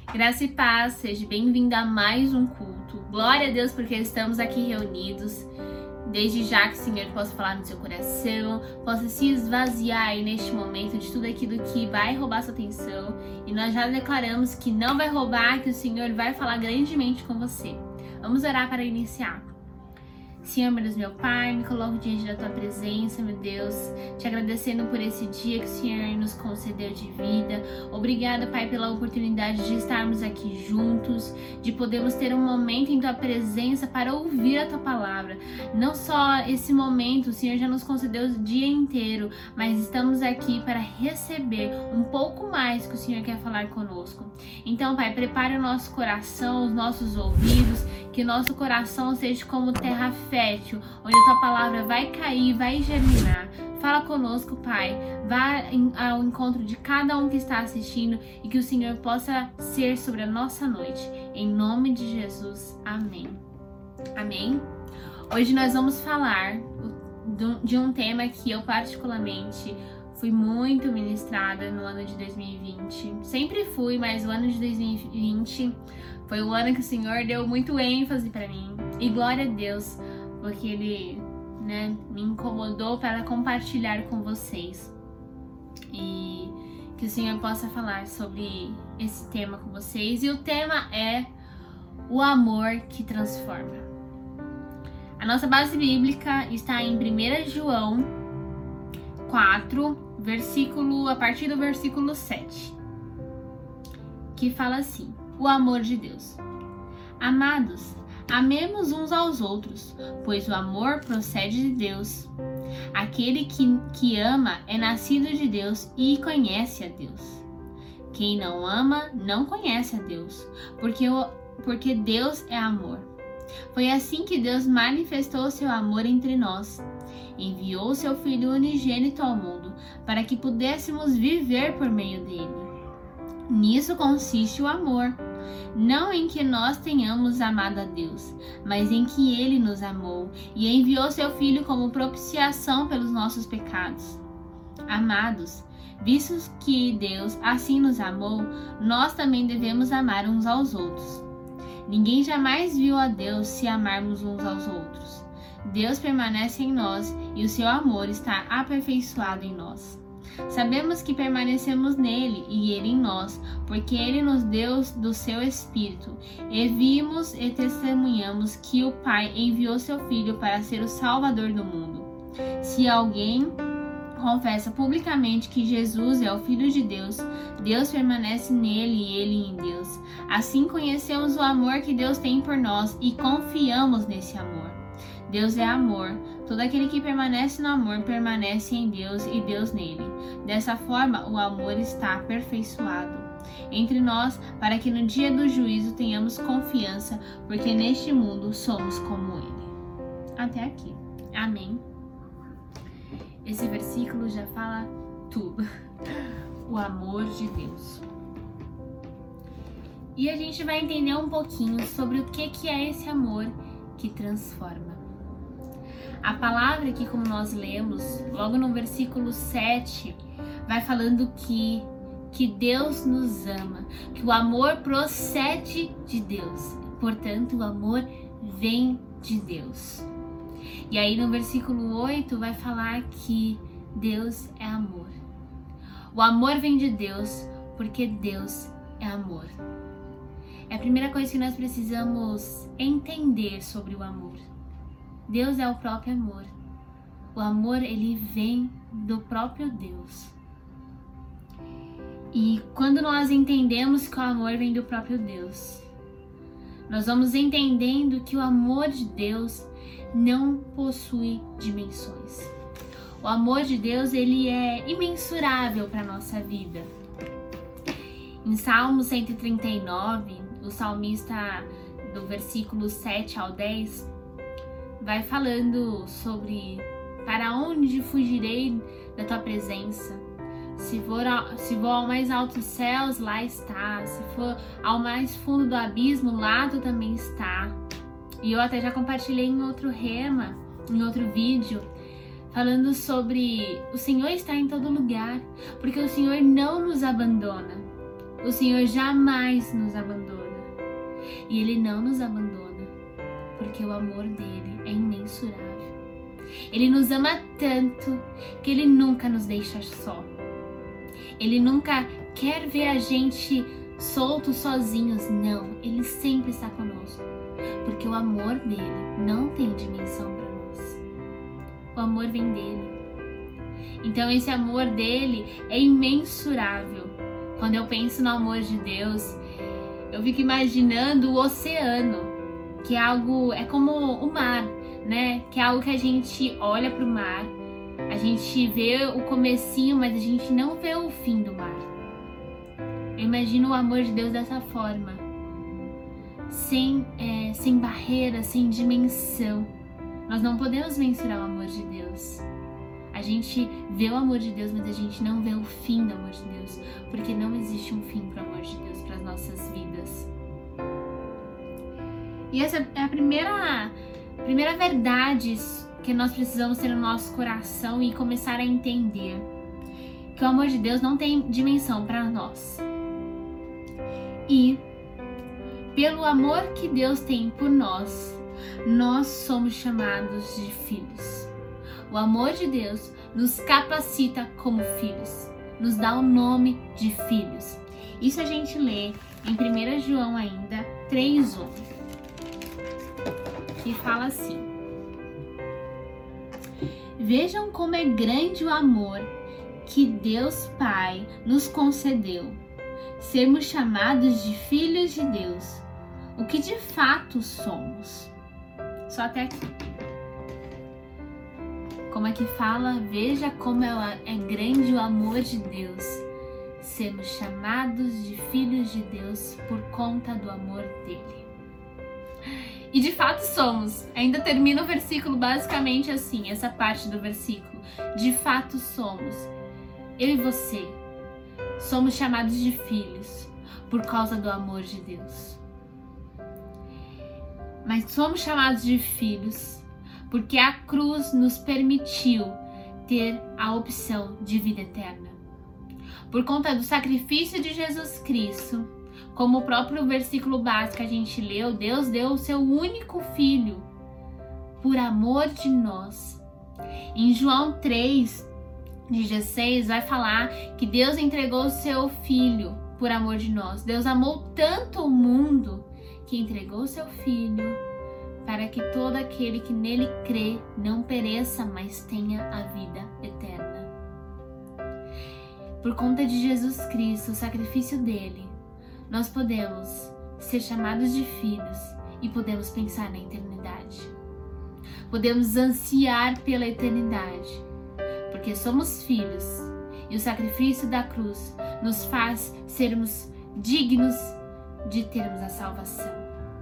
Graça e paz, seja bem-vindo a mais um culto. Glória a Deus porque estamos aqui reunidos. Desde já que o Senhor possa falar no seu coração, possa se esvaziar aí neste momento de tudo aquilo que vai roubar sua atenção. E nós já declaramos que não vai roubar, que o Senhor vai falar grandemente com você. Vamos orar para iniciar. Senhor, meu Deus, meu Pai, me coloco diante da Tua presença, meu Deus, te agradecendo por esse dia que o Senhor nos concedeu de vida. Obrigada, Pai, pela oportunidade de estarmos aqui juntos, de podermos ter um momento em Tua presença para ouvir a Tua palavra. Não só esse momento, o Senhor já nos concedeu o dia inteiro, mas estamos aqui para receber um pouco mais que o Senhor quer falar conosco. Então, Pai, prepare o nosso coração, os nossos ouvidos, que o nosso coração seja como terra fértil, onde a Tua palavra vai cair, vai germinar. Fala conosco, Pai. Vá ao encontro de cada um que está assistindo e que o Senhor possa ser sobre a nossa noite. Em nome de Jesus. Amém. Amém. Hoje nós vamos falar de um tema que eu particularmente fui muito ministrada no ano de 2020. Sempre fui, mas o ano de 2020 foi o ano que o Senhor deu muito ênfase para mim. E glória a Deus, porque Ele, me incomodou para compartilhar com vocês. E que o Senhor possa falar sobre esse tema com vocês. E o tema é o amor que transforma. A nossa base bíblica está em 1 João 4, a partir do versículo 7, que fala assim: o amor de Deus. Amados, amemos uns aos outros, pois o amor procede de Deus. Aquele que ama é nascido de Deus e conhece a Deus. Quem não ama não conhece a Deus, porque Deus é amor. Foi assim que Deus manifestou seu amor entre nós. Enviou seu Filho unigênito ao mundo, para que pudéssemos viver por meio dele. Nisso consiste o amor, não em que nós tenhamos amado a Deus, mas em que Ele nos amou e enviou seu Filho como propiciação pelos nossos pecados. Amados, visto que Deus assim nos amou, nós também devemos amar uns aos outros. Ninguém jamais viu a Deus se amarmos uns aos outros. Deus permanece em nós e o seu amor está aperfeiçoado em nós. Sabemos que permanecemos nele e ele em nós, porque ele nos deu do seu Espírito. E vimos e testemunhamos que o Pai enviou seu Filho para ser o Salvador do mundo. Se alguém confessa publicamente que Jesus é o Filho de Deus, Deus permanece nele e ele em Deus. Assim conhecemos o amor que Deus tem por nós e confiamos nesse amor. Deus é amor. Todo aquele que permanece no amor permanece em Deus e Deus nele. Dessa forma, o amor está aperfeiçoado entre nós, para que no dia do juízo tenhamos confiança, porque neste mundo somos como Ele. Até aqui. Amém. Esse versículo já fala tudo. O amor de Deus. E a gente vai entender um pouquinho sobre o que é esse amor que transforma. A palavra aqui, como nós lemos, logo no versículo 7, vai falando que Deus nos ama, que o amor procede de Deus, portanto o amor vem de Deus. E aí no versículo 8 vai falar que Deus é amor. O amor vem de Deus porque Deus é amor. É a primeira coisa que nós precisamos entender sobre o amor. Deus é o próprio amor. O amor, ele vem do próprio Deus. E quando nós entendemos que o amor vem do próprio Deus, nós vamos entendendo que o amor de Deus não possui dimensões. O amor de Deus, ele é imensurável para a nossa vida. Em Salmo 139, o salmista, do versículo 7 ao 10, vai falando sobre: para onde fugirei da tua presença? Se vou ao mais altos céus, lá está. Se for ao mais fundo do abismo, lá tu também está. E eu até já compartilhei em outro rema, em outro vídeo, falando sobre o Senhor estar em todo lugar, porque o Senhor não nos abandona. O Senhor jamais nos abandona. E Ele não nos abandona, porque o amor dele é imensurável. Ele nos ama tanto que Ele nunca nos deixa só. Ele nunca quer ver a gente soltos, sozinhos. Não, Ele sempre está conosco, porque o amor dele não tem dimensão para nós. O amor vem dele. Então esse amor dele é imensurável. Quando eu penso no amor de Deus, eu fico imaginando o oceano, que é como o mar, né? Que é algo que a gente olha para o mar, a gente vê o comecinho, mas a gente não vê o fim do mar. Eu imagino o amor de Deus dessa forma, sem barreira, sem dimensão. Nós não podemos mensurar o amor de Deus. A gente vê o amor de Deus, mas a gente não vê o fim do amor de Deus, porque não existe um fim para o amor de Deus, para as nossas vidas. E essa é a primeira verdade que nós precisamos ter no nosso coração e começar a entender, que o amor de Deus não tem dimensão para nós. E pelo amor que Deus tem por nós, nós somos chamados de filhos. O amor de Deus nos capacita como filhos, nos dá o nome de filhos. Isso a gente lê em 1 João ainda 3:1, que fala assim: vejam como é grande o amor que Deus Pai nos concedeu, sermos chamados de filhos de Deus, o que de fato somos. Só até aqui. Como é que fala? Veja como é grande o amor de Deus, sermos chamados de filhos de Deus por conta do amor dele. E de fato somos. Ainda termina o versículo basicamente assim, essa parte do versículo. De fato somos. Eu e você somos chamados de filhos por causa do amor de Deus. Mas somos chamados de filhos porque a cruz nos permitiu ter a opção de vida eterna. Por conta do sacrifício de Jesus Cristo, como o próprio versículo básico que a gente leu, Deus deu o seu único filho por amor de nós. Em João 3:16 vai falar que Deus entregou o seu filho por amor de nós. Deus amou tanto o mundo que entregou o seu filho para que todo aquele que nele crê não pereça, mas tenha a vida eterna. Por conta de Jesus Cristo, o sacrifício dele, nós podemos ser chamados de filhos e podemos pensar na eternidade. Podemos ansiar pela eternidade, porque somos filhos e o sacrifício da cruz nos faz sermos dignos de termos a salvação.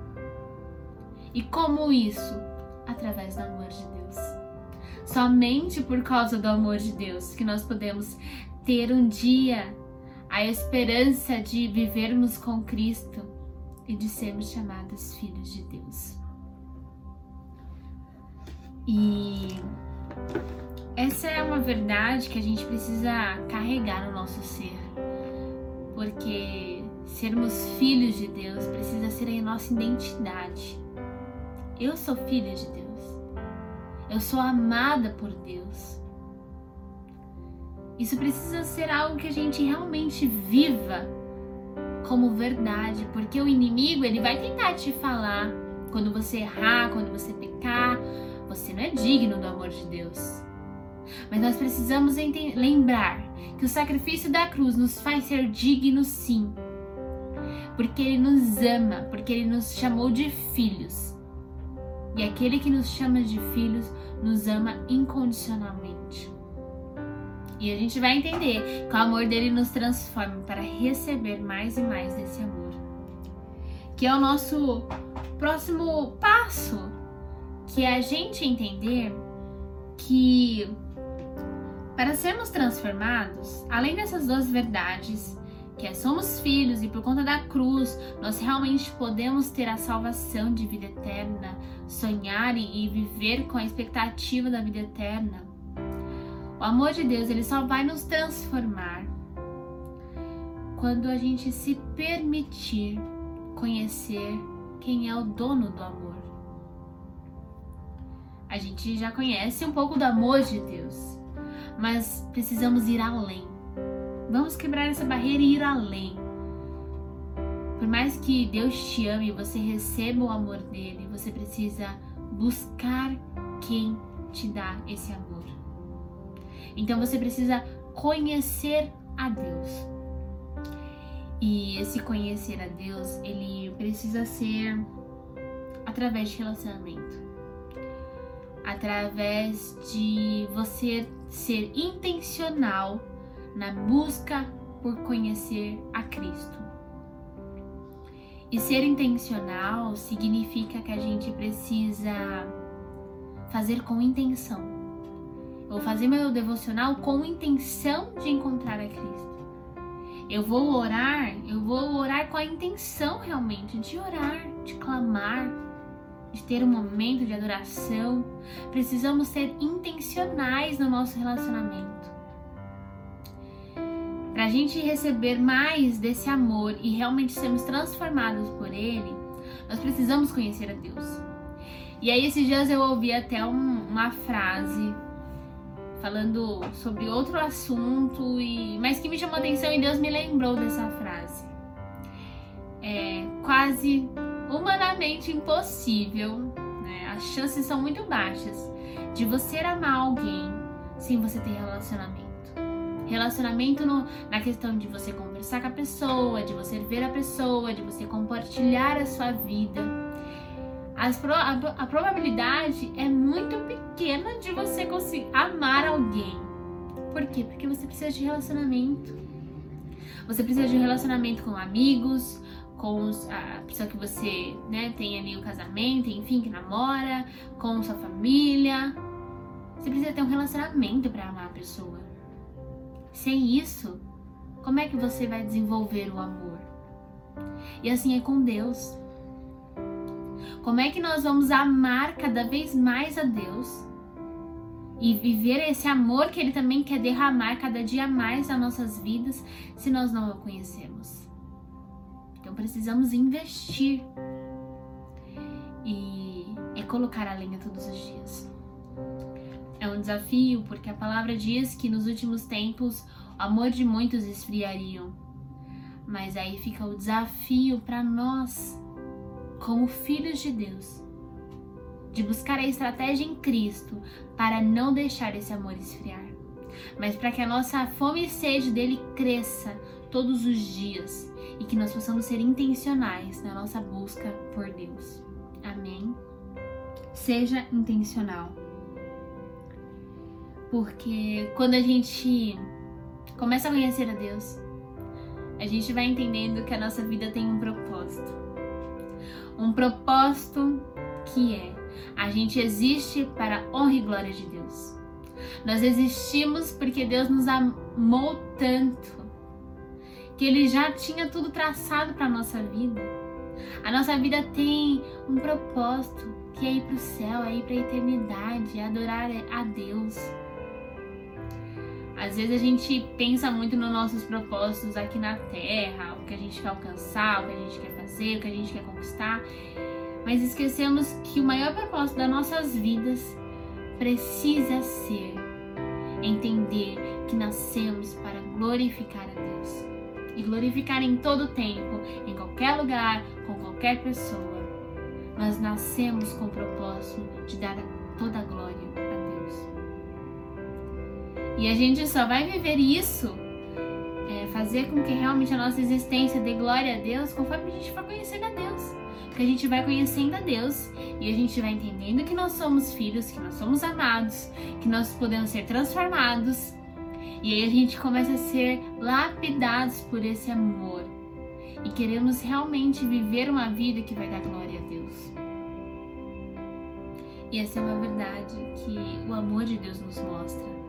E como isso? Através do amor de Deus. Somente por causa do amor de Deus que nós podemos ter um dia a esperança de vivermos com Cristo e de sermos chamados filhos de Deus. E essa é uma verdade que a gente precisa carregar no nosso ser, porque sermos filhos de Deus precisa ser a nossa identidade. Eu sou filha de Deus. Eu sou amada por Deus. Isso precisa ser algo que a gente realmente viva como verdade, porque o inimigo, ele vai tentar te falar, quando você errar, quando você pecar, você não é digno do amor de Deus. Mas nós precisamos lembrar que o sacrifício da cruz nos faz ser dignos, sim, porque Ele nos ama, porque Ele nos chamou de filhos. E aquele que nos chama de filhos nos ama incondicionalmente. E a gente vai entender que o amor dele nos transforma para receber mais e mais desse amor. Que é o nosso próximo passo, que é a gente entender que para sermos transformados, além dessas duas verdades, que somos filhos e por conta da cruz nós realmente podemos ter a salvação de vida eterna, sonhar e viver com a expectativa da vida eterna. O amor de Deus, ele só vai nos transformar quando a gente se permitir conhecer quem é o dono do amor. A gente já conhece um pouco do amor de Deus, mas precisamos ir além. Vamos quebrar essa barreira e ir além. Por mais que Deus te ame e você receba o amor dele, você precisa buscar quem te dá esse amor. Então você precisa conhecer a Deus. E esse conhecer a Deus, ele precisa ser através de relacionamento. Através de você ser intencional na busca por conhecer a Cristo. E ser intencional significa que a gente precisa fazer com intenção. Eu vou fazer meu devocional com intenção de encontrar a Cristo. Eu vou orar com a intenção realmente de orar, de clamar, de ter um momento de adoração. Precisamos ser intencionais no nosso relacionamento. Para a gente receber mais desse amor e realmente sermos transformados por ele, nós precisamos conhecer a Deus. E aí esses dias eu ouvi até uma frase falando sobre outro assunto, mas que me chamou a atenção e Deus me lembrou dessa frase. É quase humanamente impossível, né? As chances são muito baixas de você amar alguém sem você ter relacionamento. Relacionamento na questão de você conversar com a pessoa, de você ver a pessoa, de você compartilhar a sua vida. A probabilidade é muito pequena de você conseguir amar alguém. Por quê? Porque você precisa de relacionamento. Você precisa de um relacionamento com amigos, com a pessoa que você, né, tem ali o casamento, enfim, que namora, com sua família. Você precisa ter um relacionamento para amar a pessoa. Sem isso, como é que você vai desenvolver o amor? E assim é com Deus. Como é que nós vamos amar cada vez mais a Deus e viver esse amor que Ele também quer derramar cada dia mais nas nossas vidas se nós não o conhecemos? Então precisamos investir e colocar a lenha todos os dias. É um desafio porque a palavra diz que nos últimos tempos o amor de muitos esfriariam. Mas aí fica o desafio para nós, como filhos de Deus, de buscar a estratégia em Cristo para não deixar esse amor esfriar, mas para que a nossa fome e sede dele cresça todos os dias e que nós possamos ser intencionais na nossa busca por Deus. Amém? Seja intencional. Porque quando a gente começa a conhecer a Deus, a gente vai entendendo que a nossa vida tem um propósito. Um propósito que é: a gente existe para a honra e glória de Deus. Nós existimos porque Deus nos amou tanto que Ele já tinha tudo traçado para a nossa vida. A nossa vida tem um propósito, que é ir para o céu, é ir para a eternidade, é adorar a Deus. Às vezes a gente pensa muito nos nossos propósitos aqui na Terra, o que a gente quer alcançar, o que a gente quer fazer, o que a gente quer conquistar, mas esquecemos que o maior propósito das nossas vidas precisa ser entender que nascemos para glorificar a Deus. E glorificar em todo tempo, em qualquer lugar, com qualquer pessoa. Nós nascemos com o propósito de dar toda a glória a Deus. E a gente só vai viver isso, fazer com que realmente a nossa existência dê glória a Deus, conforme a gente for conhecendo a Deus. Porque a gente vai conhecendo a Deus e a gente vai entendendo que nós somos filhos, que nós somos amados, que nós podemos ser transformados. E aí a gente começa a ser lapidados por esse amor. E queremos realmente viver uma vida que vai dar glória a Deus. E essa é uma verdade que o amor de Deus nos mostra.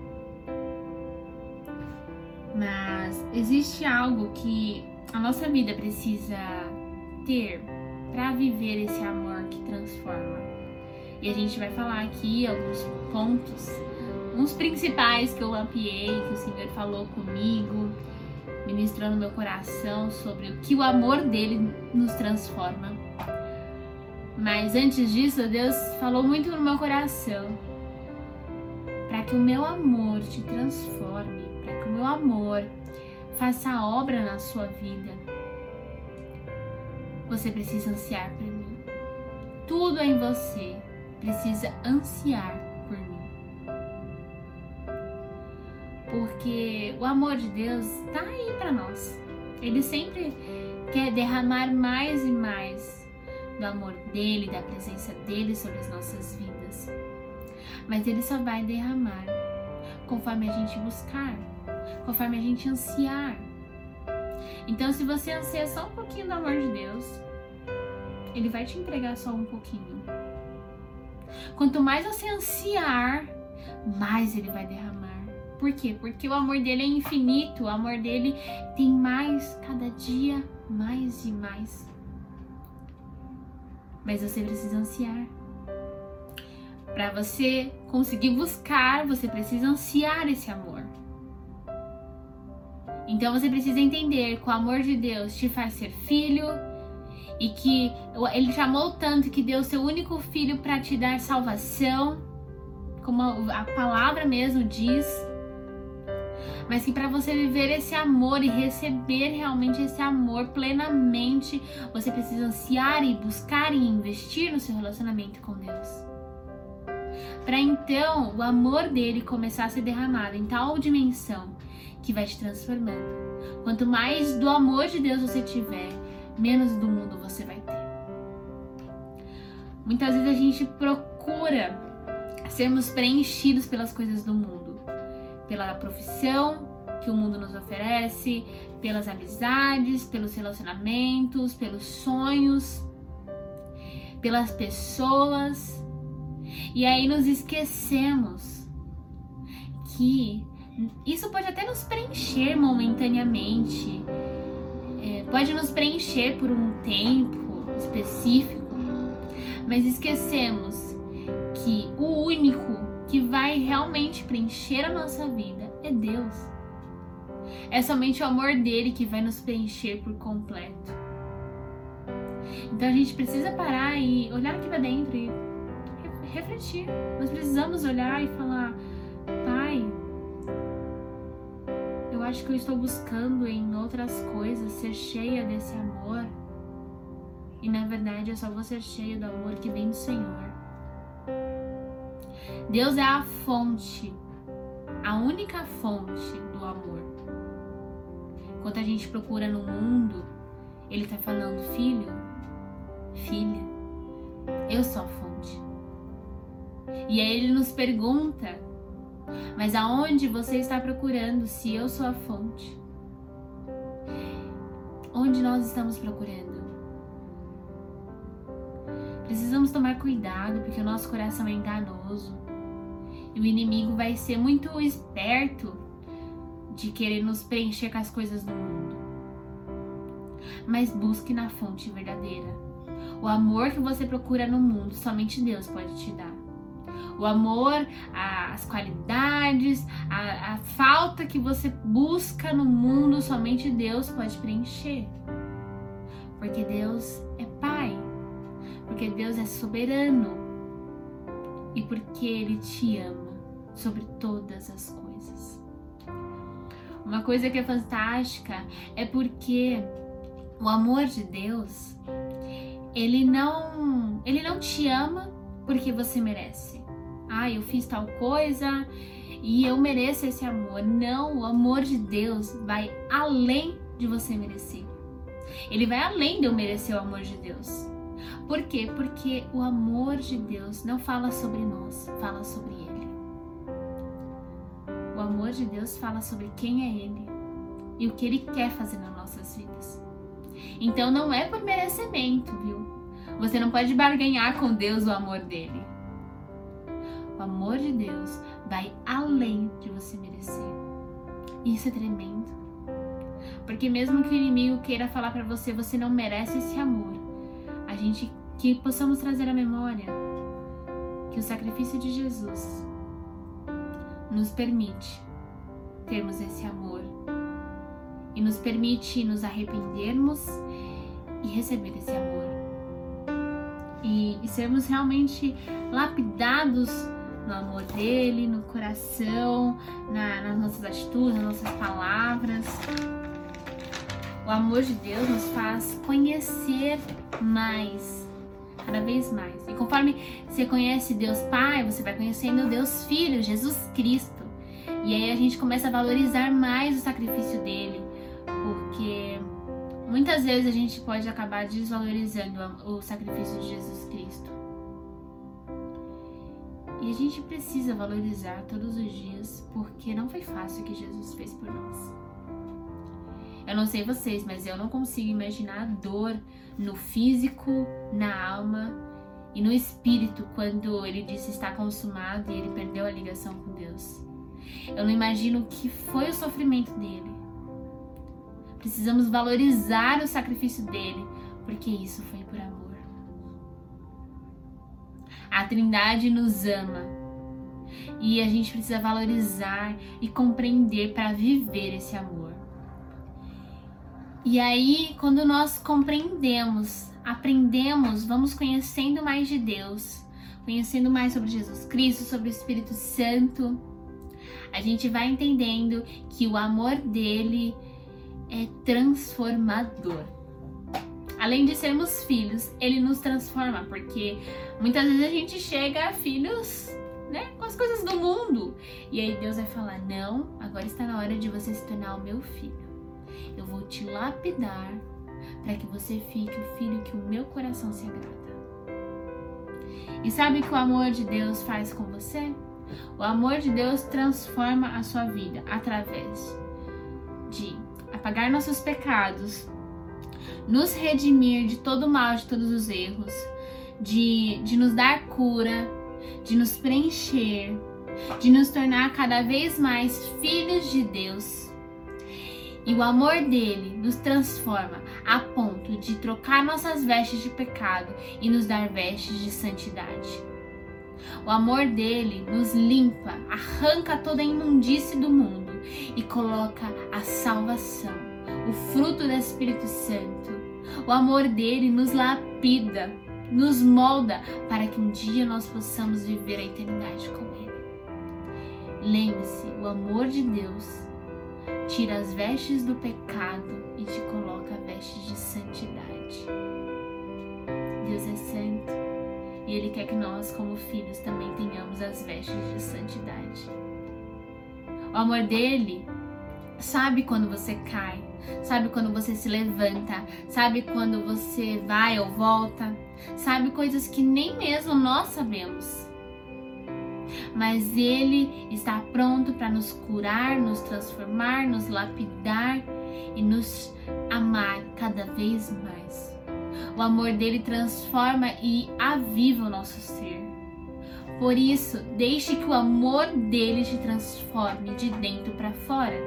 Mas existe algo que a nossa vida precisa ter para viver esse amor que transforma. E a gente vai falar aqui alguns pontos, uns principais que eu mapeei, que o Senhor falou comigo. ministrou no meu coração sobre o que o amor dele nos transforma. Mas antes disso, Deus falou muito no meu coração para que o meu amor te transforme, para que o meu amor faça a obra na sua vida. Você precisa ansiar por mim. Tudo em você precisa ansiar por mim. Porque o amor de Deus está aí para nós. Ele sempre quer derramar mais e mais do amor dele, da presença dele sobre as nossas vidas. Mas ele só vai derramar conforme a gente buscar, conforme a gente ansiar. Então, se você anseia só um pouquinho do amor de Deus, ele vai te entregar só um pouquinho. Quanto mais você ansiar, mais ele vai derramar. Por quê? Porque o amor dele é infinito, o amor dele tem mais, cada dia, mais e mais. Mas você precisa ansiar. Para você conseguir buscar, você precisa ansiar esse amor. Então você precisa entender que o amor de Deus te faz ser filho e que ele te amou tanto que deu seu único filho para te dar salvação, como a palavra mesmo diz. Mas que para você viver esse amor e receber realmente esse amor plenamente, você precisa ansiar e buscar e investir no seu relacionamento com Deus. Para então o amor dele começar a ser derramado em tal dimensão que vai te transformando. Quanto mais do amor de Deus você tiver, menos do mundo você vai ter. Muitas vezes a gente procura sermos preenchidos pelas coisas do mundo. Pela profissão que o mundo nos oferece, pelas amizades, pelos relacionamentos, pelos sonhos, pelas pessoas. E aí nos esquecemos que isso pode até nos preencher momentaneamente, pode nos preencher por um tempo específico, mas esquecemos que o único que vai realmente preencher a nossa vida é Deus. É somente o amor dele que vai nos preencher por completo. Então a gente precisa parar e olhar aqui pra dentro e refletir. Nós precisamos olhar e falar: Pai, eu acho que eu estou buscando em outras coisas ser cheia desse amor, e na verdade eu só vou ser cheia do amor que vem do Senhor. Deus é a fonte, a única fonte do amor. Enquanto a gente procura no mundo, ele está falando: filho, filha, eu sou a fonte. E aí ele nos pergunta: mas aonde você está procurando se eu sou a fonte? Onde nós estamos procurando? Precisamos tomar cuidado, porque o nosso coração é enganoso. E o inimigo vai ser muito esperto de querer nos preencher com as coisas do mundo. Mas busque na fonte verdadeira. O amor que você procura no mundo, somente Deus pode te dar. O amor, as qualidades, a falta que você busca no mundo, somente Deus pode preencher. Porque Deus é Pai. Porque Deus é soberano. E porque Ele te ama sobre todas as coisas. Uma coisa que é fantástica é porque o amor de Deus, Ele não te ama porque você merece. Ah, eu fiz tal coisa e eu mereço esse amor. Não, o amor de Deus vai além de você merecer. Ele vai além de eu merecer o amor de Deus. Por quê? Porque o amor de Deus não fala sobre nós, fala sobre Ele. O amor de Deus fala sobre quem é Ele e o que Ele quer fazer nas nossas vidas. Então não é por merecimento, viu? Você não pode barganhar com Deus o amor dele. O amor de Deus vai além de você merecer. Isso é tremendo. Porque mesmo que o inimigo queira falar pra você, você não merece esse amor, que possamos trazer à memória que o sacrifício de Jesus nos permite termos esse amor e nos permite nos arrependermos e receber esse amor. E sermos realmente lapidados no amor dele, no coração, nas nossas atitudes, nas nossas palavras. O amor de Deus nos faz conhecer mais, cada vez mais. E conforme você conhece Deus Pai, você vai conhecendo o Deus Filho, Jesus Cristo. E aí a gente começa a valorizar mais o sacrifício dele, porque muitas vezes a gente pode acabar desvalorizando o sacrifício de Jesus Cristo. E a gente precisa valorizar todos os dias, porque não foi fácil o que Jesus fez por nós. Eu não sei vocês, mas eu não consigo imaginar a dor no físico, na alma e no espírito quando ele disse está consumado e ele perdeu a ligação com Deus. Eu não imagino o que foi o sofrimento dele. Precisamos valorizar o sacrifício dele, porque isso foi por amor. A Trindade nos ama e a gente precisa valorizar e compreender para viver esse amor. E aí, quando nós compreendemos, aprendemos, vamos conhecendo mais de Deus, conhecendo mais sobre Jesus Cristo, sobre o Espírito Santo, a gente vai entendendo que o amor dele é transformador. Além de sermos filhos, ele nos transforma, porque muitas vezes a gente chega a filhos, né, com as coisas do mundo. E aí Deus vai falar, não, agora está na hora de você se tornar o meu filho. Eu vou te lapidar para que você fique o filho que o meu coração se agrada. E sabe o que o amor de Deus faz com você? O amor de Deus transforma a sua vida através de apagar nossos pecados, nos redimir de todo o mal, de todos os erros, de nos dar cura, de nos preencher, de nos tornar cada vez mais filhos de Deus. E o amor dele nos transforma a ponto de trocar nossas vestes de pecado e nos dar vestes de santidade. O amor dele nos limpa, arranca toda a imundície do mundo e coloca a salvação, o fruto do Espírito Santo. O amor dele nos lapida, nos molda para que um dia nós possamos viver a eternidade com ele. Lembre-se, o amor de Deus tira as vestes do pecado e te coloca vestes de santidade. Deus é santo e Ele quer que nós, como filhos, também tenhamos as vestes de santidade. O amor dele sabe quando você cai, sabe quando você se levanta, sabe quando você vai ou volta, sabe coisas que nem mesmo nós sabemos. Mas ele está pronto para nos curar, nos transformar, nos lapidar e nos amar cada vez mais. O amor dele transforma e aviva o nosso ser. Por isso, deixe que o amor dele te transforme de dentro para fora.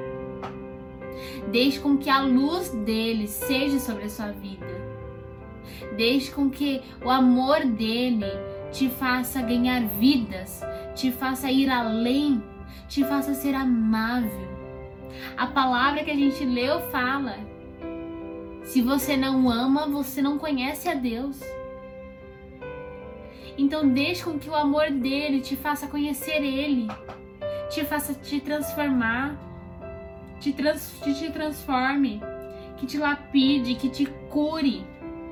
Deixe com que a luz dele seja sobre a sua vida. Deixe com que o amor dele te faça ganhar vidas, te faça ir além, te faça ser amável. A palavra que a gente leu fala: se você não ama, você não conhece a Deus. Então deixe com que o amor dele te faça conhecer ele, te faça te transformar, te transforme, que te lapide, que te cure.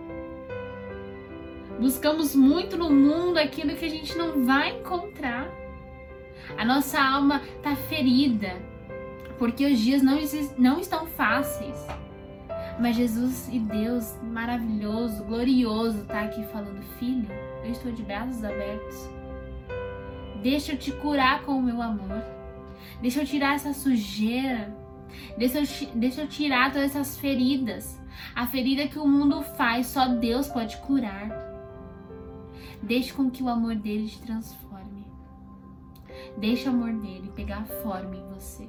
Buscamos muito no mundo aquilo que a gente não vai encontrar. A nossa alma está ferida, porque os dias não estão fáceis. Mas Jesus e Deus maravilhoso, glorioso, está aqui falando: filho, eu estou de braços abertos. Deixa eu te curar com o meu amor. Deixa eu tirar essa sujeira. Deixa eu tirar todas essas feridas. A ferida que o mundo faz, só Deus pode curar. Deixe com que o amor dele te transforme. Deixe o amor dele pegar forma em você.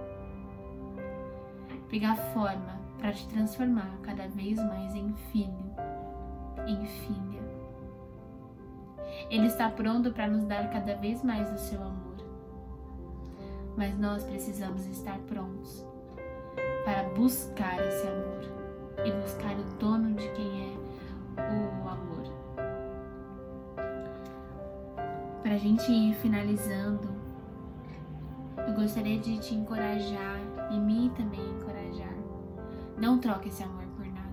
Pegar forma para te transformar cada vez mais em filho, em filha. Ele está pronto para nos dar cada vez mais do seu amor. Mas nós precisamos estar prontos para buscar esse amor e buscar o dono de quem é o amor. Para a gente ir finalizando, eu gostaria de te encorajar e me também encorajar. Não troque esse amor por nada.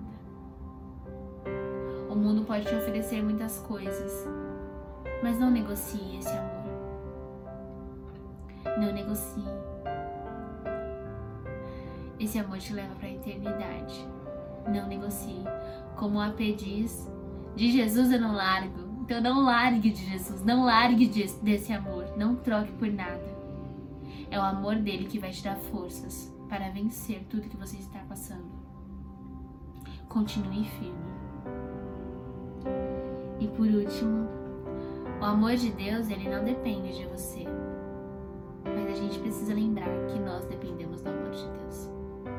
O mundo pode te oferecer muitas coisas, mas não negocie esse amor. Não negocie. Esse amor te leva para a eternidade. Não negocie. Como a AP diz, de Jesus eu não largo. Então não largue de Jesus, não largue desse amor. Não troque por nada. É o amor dele que vai te dar forças para vencer tudo que você está passando. Continue firme. E por último, o amor de Deus, ele não depende de você. Mas a gente precisa lembrar que nós dependemos do amor de Deus.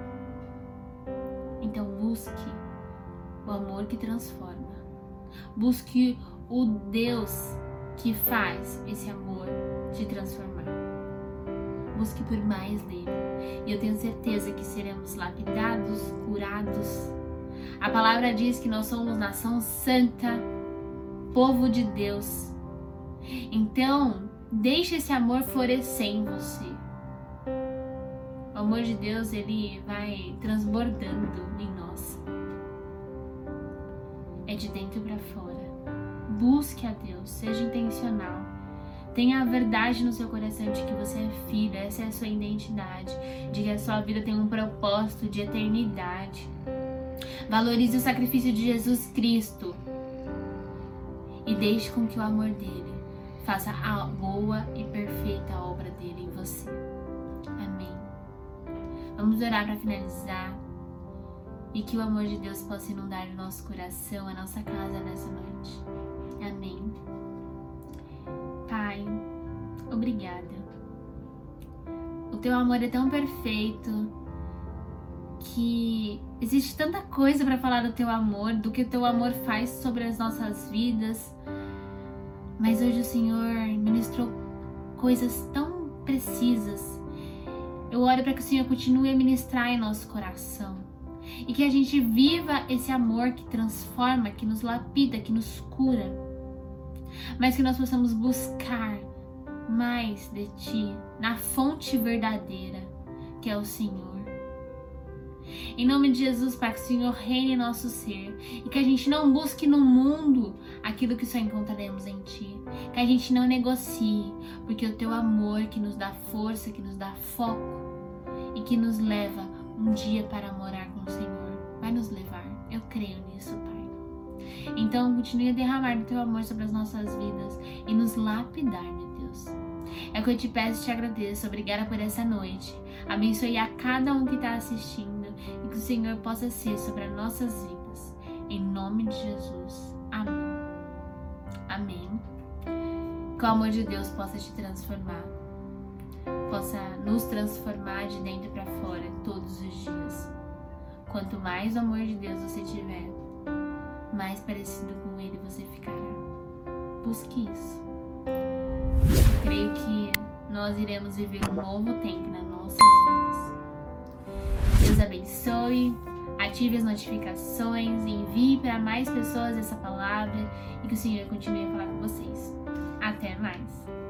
Então busque o amor que transforma. Busque o Deus que faz esse amor te transformar. Busque por mais dele. E eu tenho certeza que seremos lapidados, curados. A palavra diz que nós somos nação santa, povo de Deus. Então, deixe esse amor florescer em você. O amor de Deus, ele vai transbordando em nós. É de dentro para fora. Busque a Deus, seja intencional. Tenha a verdade no seu coração de que você é filho, essa é a sua identidade, de que a sua vida tem um propósito de eternidade. Valorize o sacrifício de Jesus Cristo e deixe com que o amor dele faça a boa e perfeita obra dele em você. Amém. Vamos orar para finalizar e que o amor de Deus possa inundar o nosso coração, a nossa casa nessa noite. Amém. Pai, obrigada. O teu amor é tão perfeito que existe tanta coisa para falar do teu amor, do que o teu amor faz sobre as nossas vidas. Mas hoje o Senhor ministrou coisas tão precisas. Eu oro para que o Senhor continue a ministrar em nosso coração e que a gente viva esse amor que transforma, que nos lapida, que nos cura, mas que nós possamos buscar mais de Ti, na fonte verdadeira, que é o Senhor. Em nome de Jesus, Pai, que o Senhor reine em nosso ser e que a gente não busque no mundo aquilo que só encontraremos em Ti, que a gente não negocie, porque o Teu amor que nos dá força, que nos dá foco e que nos leva um dia para morar com o Senhor, vai nos levar. Eu creio nisso, Pai. Então, continue a derramar o Teu amor sobre as nossas vidas e nos lapidar, meu Deus. É o que eu te peço e te agradeço. Obrigada por essa noite. Abençoe a cada um que está assistindo e que o Senhor possa ser sobre as nossas vidas. Em nome de Jesus. Amém. Amém. Que o amor de Deus possa te transformar. Possa nos transformar de dentro para fora todos os dias. Quanto mais o amor de Deus você tiver, mais parecido com Ele você ficará. Busque isso. Eu creio que nós iremos viver um novo tempo nas nossas vidas. Deus abençoe, ative as notificações, envie para mais pessoas essa palavra e que o Senhor continue a falar com vocês. Até mais!